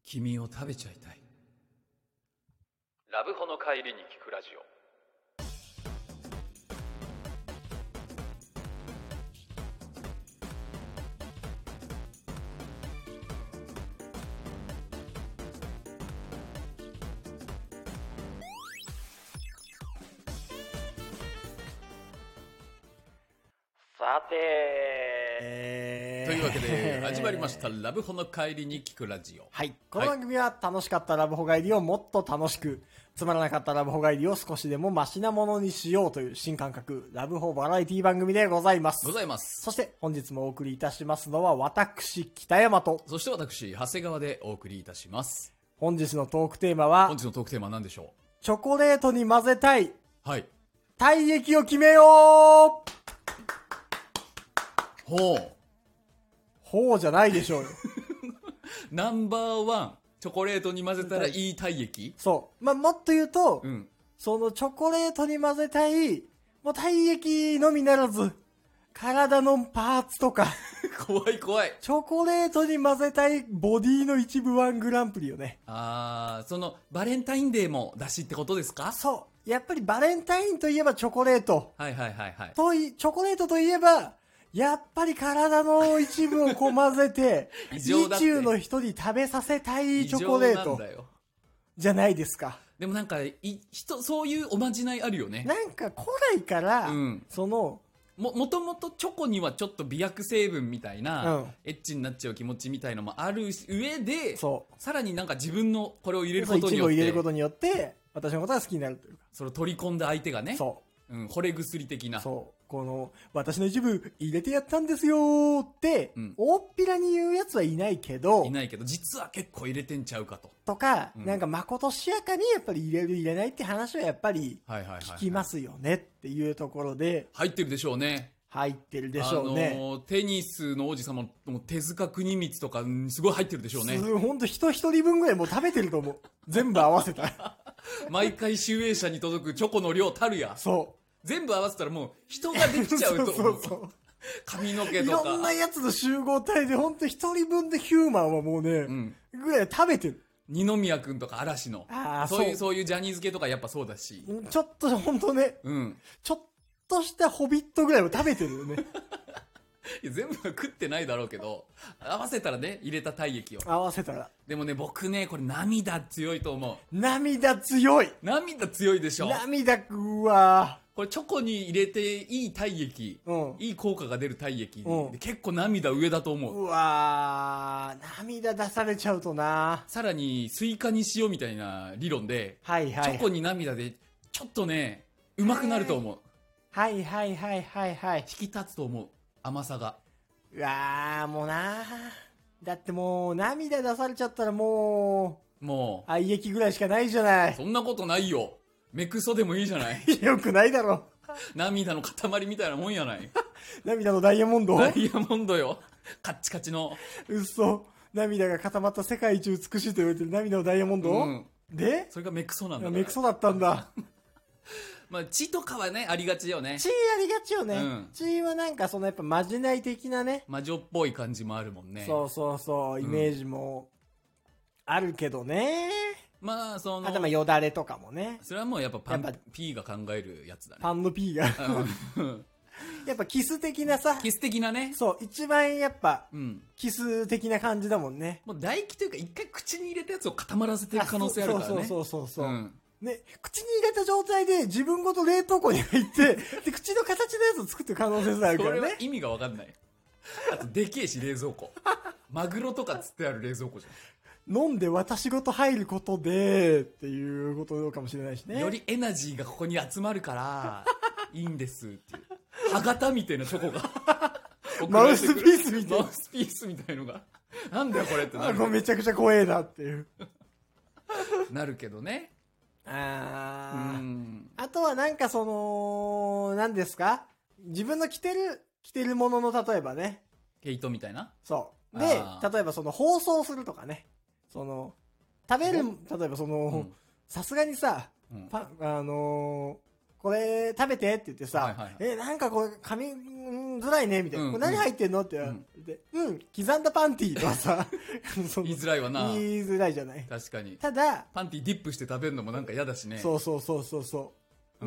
君を食べちゃいたい。ラブホの帰りに聞くラジオ。 さてというわけで始まりましたラブホの帰りに聞くラジオ。 はい。この番組は楽しかったラブホ帰りをもっと楽しく、つまらなかったラブホ帰りを少しでもマシなものにしようという新感覚ラブホバラエティ番組でございます。そして本日もお送りいたしますのは私、北山と、 そして私、長谷川でお送りいたします。 本日のトークテーマは、 本日のトークテーマは何でしょチョコレートに混ぜたい、 はい。 体液を決めよう。ほうじゃないでしょうよ。 ナンバーワン、チョコレートに混ぜたらいい体液。 そう。もっと言うと、 うん。 そのチョコレートに混ぜたい、もう体液のみならず、体のパーツとか、 怖い怖い。 チョコレートに混ぜたいボディの一部ワングランプリよね。 そのバレンタインデーも出しってことですか？ そう。やっぱりバレンタインといえばチョコレート。 はいはいはいはい。 チョコレートといえば、やっぱり体の一部をこう混ぜて、 異常だって意中の人に食べさせたいチョコレート。じゃないですか。 でもなんか、そういうおまじないあるよね。 なんか古来から、その、 もともとチョコにはちょっと美薬成分みたいな、エッチになっちゃう気持ちみたいのもある上で、さらになんか自分のこれを入れることによって、 イチゴを入れることによって、私のことが好きになるというか。 それを取り込んだ相手がね、惚れ薬的な。 この、私の一部入れてやったんですよーって、大っぴらに言うやつはいないけど、 実は結構入れてんちゃうかと。 とか、なんかまことしやかにやっぱり入れる入れないって話はやっぱり、聞きますよねっていうところで、 入ってるでしょうね。 入ってるでしょうね。 テニスの王子様の手塚国光とか、すごい入ってるでしょうね。 ほんと人一人分ぐらいもう食べてると思う。全部合わせたら。 毎回集英社に届くチョコの量たるや。 そう。 全部合わせたらもう人ができちゃうと思う。そう髪の毛とか。 いろんなやつの集合体で本当一人分でヒューマンはもうね、ぐらい食べてる。 二宮くんとか嵐の。そういうジャニーズ系とかやっぱそうだし。 ちょっと本当ね、ちょっとしたホビットぐらいは食べてるよね。 いや全部は食ってないだろうけど、合わせたらね、入れた体液を。 合わせたら。 でもね、僕ね、これ涙強いと思う。 涙強いでしょ。 うわこれチョコに入れていい体液、いい効果が出る体液、結構涙上だと思う。 うわ涙出されちゃうとな。 さらにスイカにしようみたいな理論で、チョコに涙でちょっとね、うまくなると思う。引き立つと思う。甘さが。 うわもうなだってもう涙出されちゃったらもう愛液ぐらいしかないじゃない。 そんなことないよ。目くそでもいいじゃない。 よくないだろ。 涙の塊みたいなもんやない。 涙のダイヤモンド。 ダイヤモンドよ。カッチカチの。 嘘。涙が固まった世界一美しいと言われてる涙のダイヤモンド、でそれが目くそなんだ。 目くそだったんだ。 血とかはね、ありがちよね。 血ありがちよね。血はなんかそのやっぱまじない的なね。 魔女っぽい感じもあるもんね。 そう、イメージもあるけどね。 あとよだれとかもね。 それはもうやっぱP が考えるやつだね。 パンの P が。やっぱキス的なさ。 キス的なね。 そう、一番やっぱ、キス的な感じだもんね。 もう唾液というか一回口に入れたやつを固まらせてる可能性あるからね。 そう。ね、口に入れた状態で自分ごと冷凍庫に入って、で、口の形のやつを作ってる可能性さえあるからね。 それは意味がわかんない。あと、でけえし、冷蔵庫。マグロとかつってある冷蔵庫じゃん。 飲んで私ごと入ることで、っていうことかもしれないしね。 よりエナジーがここに集まるから、いいんですっていう。歯型みたいなチョコが。 マウスピースみたいな。 マウスピースみたいのが。なんだよこれってなる。 めちゃくちゃ怖えなっていう。 なるけどね。 あとはなんか何ですか？自分の着てるものの例えばね。 毛糸みたいな？ そう。で、例えば包装するとかね。食べる、例えばさすがにさ、これ食べてって言ってさ、なんかこれ紙づらいねみたいな、これ何入ってんのって言われて、刻んだパンティーとはさ言いづらいわな。 言いづらいじゃない。 確かに。 ただパンティーディップして食べるのもなんか嫌だしね。 そう、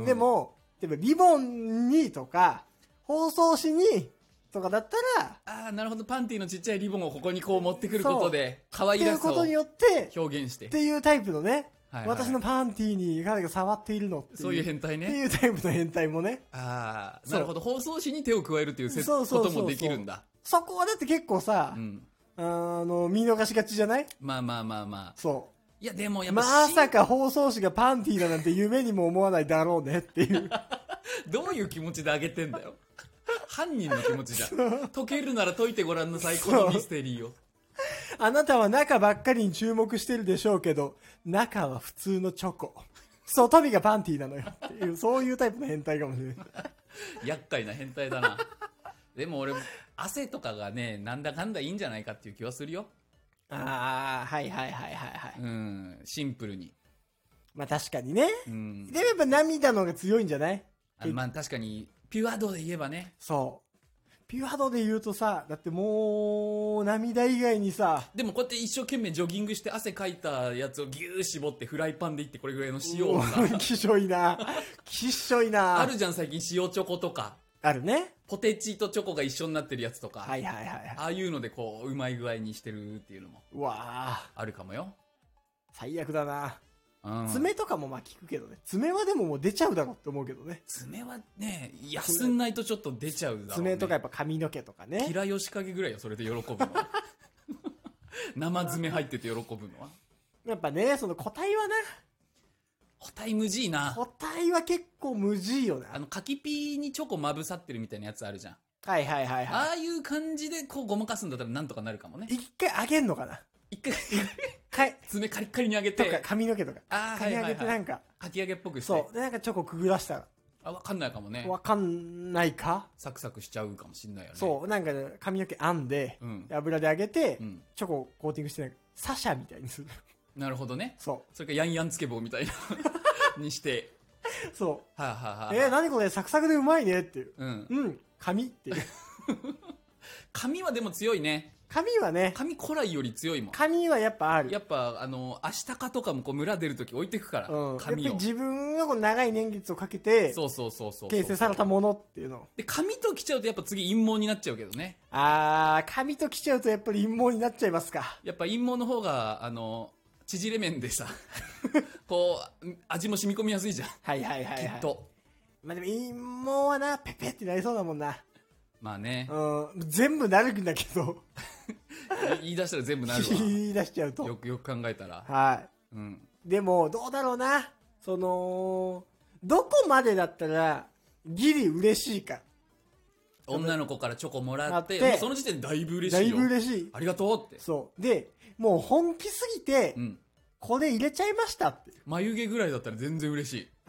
でも例えばリボンにとか包装紙にとかだったら、 ああなるほど、パンティーのちっちゃいリボンをここにこう持ってくることで可愛らしさをことによって表現してっていうタイプのね、私のパンティーに彼が触っているのっていう、 そういう変態ねっていうタイプの変態もね。 ああなるほど、包装紙に手を加えるっていうこともできるんだ。 そこはだって結構さ、見逃しがちじゃない？ まあそう。 いやでもやっぱまさか放送紙がパンティーだなんて夢にも思わないだろうねっていうどういう気持ちであげてんだよ犯人の気持ちじゃん。解けるなら解いてごらんなさい、このミステリーを。 あなたは中ばっかりに注目してるでしょうけど、中は普通のチョコ、外身がパンティーなのよっていう、そういうタイプの変態かもしれない厄介な変態だな。でも俺汗とかがねなんだかんだいいんじゃないかっていう気はするよ。 ああ、はいシンプルに。 まあ確かにね、でもやっぱ涙の方が強いんじゃない？ まあ確かにピュア度で言えばね。 そうピュア度で言うとさ、だってもう涙以外にさ、 でもこうやって一生懸命ジョギングして汗かいたやつをギュー絞ってフライパンでいってこれぐらいの塩をさきしょいなあるじゃん最近、塩チョコとかあるね。 ポテチとチョコが一緒になってるやつとか、 ああいうのでこううまい具合にしてるっていうのもあるかもよ。 最悪だな。爪とかもまあ効くけどね。爪はでももう出ちゃうだろうって思うけどね。 爪はね休んないとちょっと出ちゃうだろうね。 爪とかやっぱ髪の毛とかね。 キラヨシカゲぐらいよそれで喜ぶのは生爪入ってて喜ぶのはやっぱね、その個体はな、 個体無事いな。 個体は結構無事よな。 柿ピーにチョコまぶさってるみたいなやつあるじゃん。 ああいう感じでこうごまかすんだったらなんとかなるかもね。 一回あげんのかな。 一回爪カリッカリにあげてとか髪の毛とか刈り上げてなんかかき揚げっぽくして、 そうでなんかチョコくぐらしたら分かんないかもね。 分かんないか。 サクサクしちゃうかもしんないよね。 そうなんか髪の毛編んで、油で揚げて、チョココーティングしてなんかサシャみたいにする。 なるほどね。 それからヤンヤンつけ棒みたいなにしてそう何これサクサクでうまいねっていう。髪っていう髪はでも強いね。 髪はね、 髪古来より強いもん。 髪はやっぱある。 やっぱアシタカとかもこう村出るとき置いてくから、髪をやっぱ自分がこの長い年月をかけて形成されたものっていうので、髪と来ちゃうとやっぱ次陰謀になっちゃうけどね。 髪と来ちゃうとやっぱり陰謀になっちゃいますか。 やっぱ陰謀の方が縮れ麺でさこう味も染み込みやすいじゃん。きっと。 まあでも陰謀はなペペってなりそうだもんな。 まあね、 全部なるんだけど言い出したら全部なるわ。 言い出しちゃうとよく考えたら、 でもどうだろうな、そのどこまでだったらギリ嬉しいか。 女の子からチョコもらってもうその時点でだいぶ嬉しいよ。 だいぶ嬉しい。 ありがとうって。 そうでもう本気すぎて、これ入れちゃいましたって。 眉毛ぐらいだったら全然嬉しい。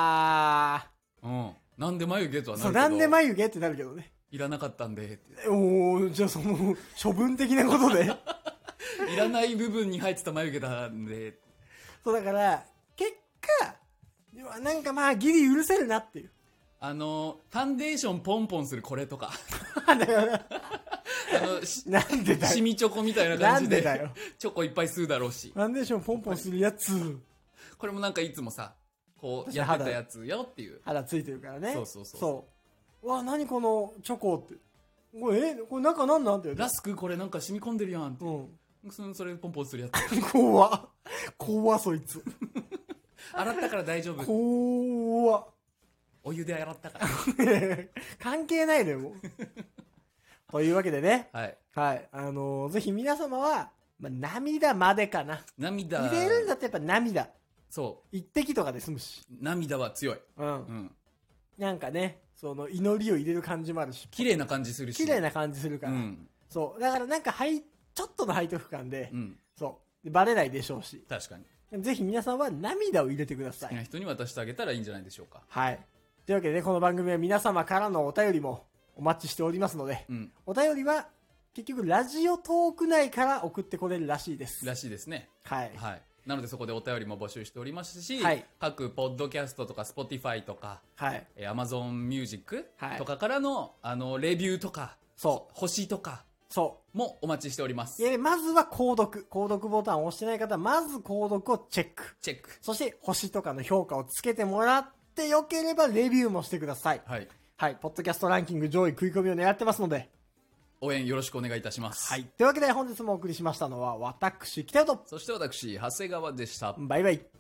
なんで眉毛とはなるけど、 なんで眉毛ってなるけどね。 いらなかったんでって。 じゃあその処分的なことでいらない部分に入ってた眉毛なんで。 そうだから結果なんかまあギリ許せるなっていう。 ファンデーションポンポンするこれとかだからなんでだよ、シミチョコみたいな感じでなんでだよチョコいっぱい吸うだろうし、 ファンデーションポンポンするやつこれもなんかいつもさこうやってたやつよっていう。 肌ついてるからね。 そうわ、何このチョコって、これ中なんなんてラスクこれなんか染み込んでるやんって、それポンポンするやつ怖そいつ洗ったから大丈夫。 怖っ、 お湯で洗ったから関係ないのよもうというわけでね、ぜひ皆様は、涙までかな。 涙入れるんだってやっぱ涙、 そう一滴とかで済むし、 涙は強い。 なんかね、その祈りを入れる感じもあるし、 綺麗な感じするし、 綺麗な感じするから、そうだからなんかちょっとの背徳感で、そうバレないでしょうし、 確かにぜひ皆さんは涙を入れてください。 好きな人に渡してあげたらいいんじゃないでしょうか。 というわけでね、この番組は皆様からのお便りもお待ちしておりますので、お便りは結局ラジオトーク内から送ってこれるらしいです。 らしいですね。 なのでそこでお便りも募集しておりますし、はい、各ポッドキャストとか Spotify とか、はい、Amazon Music とかからの、レビューとか、星とか、もお待ちしております。 まずは購読ボタンを押してない方は、まず購読をチェック。そして、星とかの評価をつけてもらって、よければレビューもしてください。はい。はい。ポッドキャストランキング上位食い込みを狙ってますので、 応援よろしくお願いいたします。 はい。というわけで本日もお送りしましたのは、私、北野と、 そして私、長谷川でした。 バイバイ。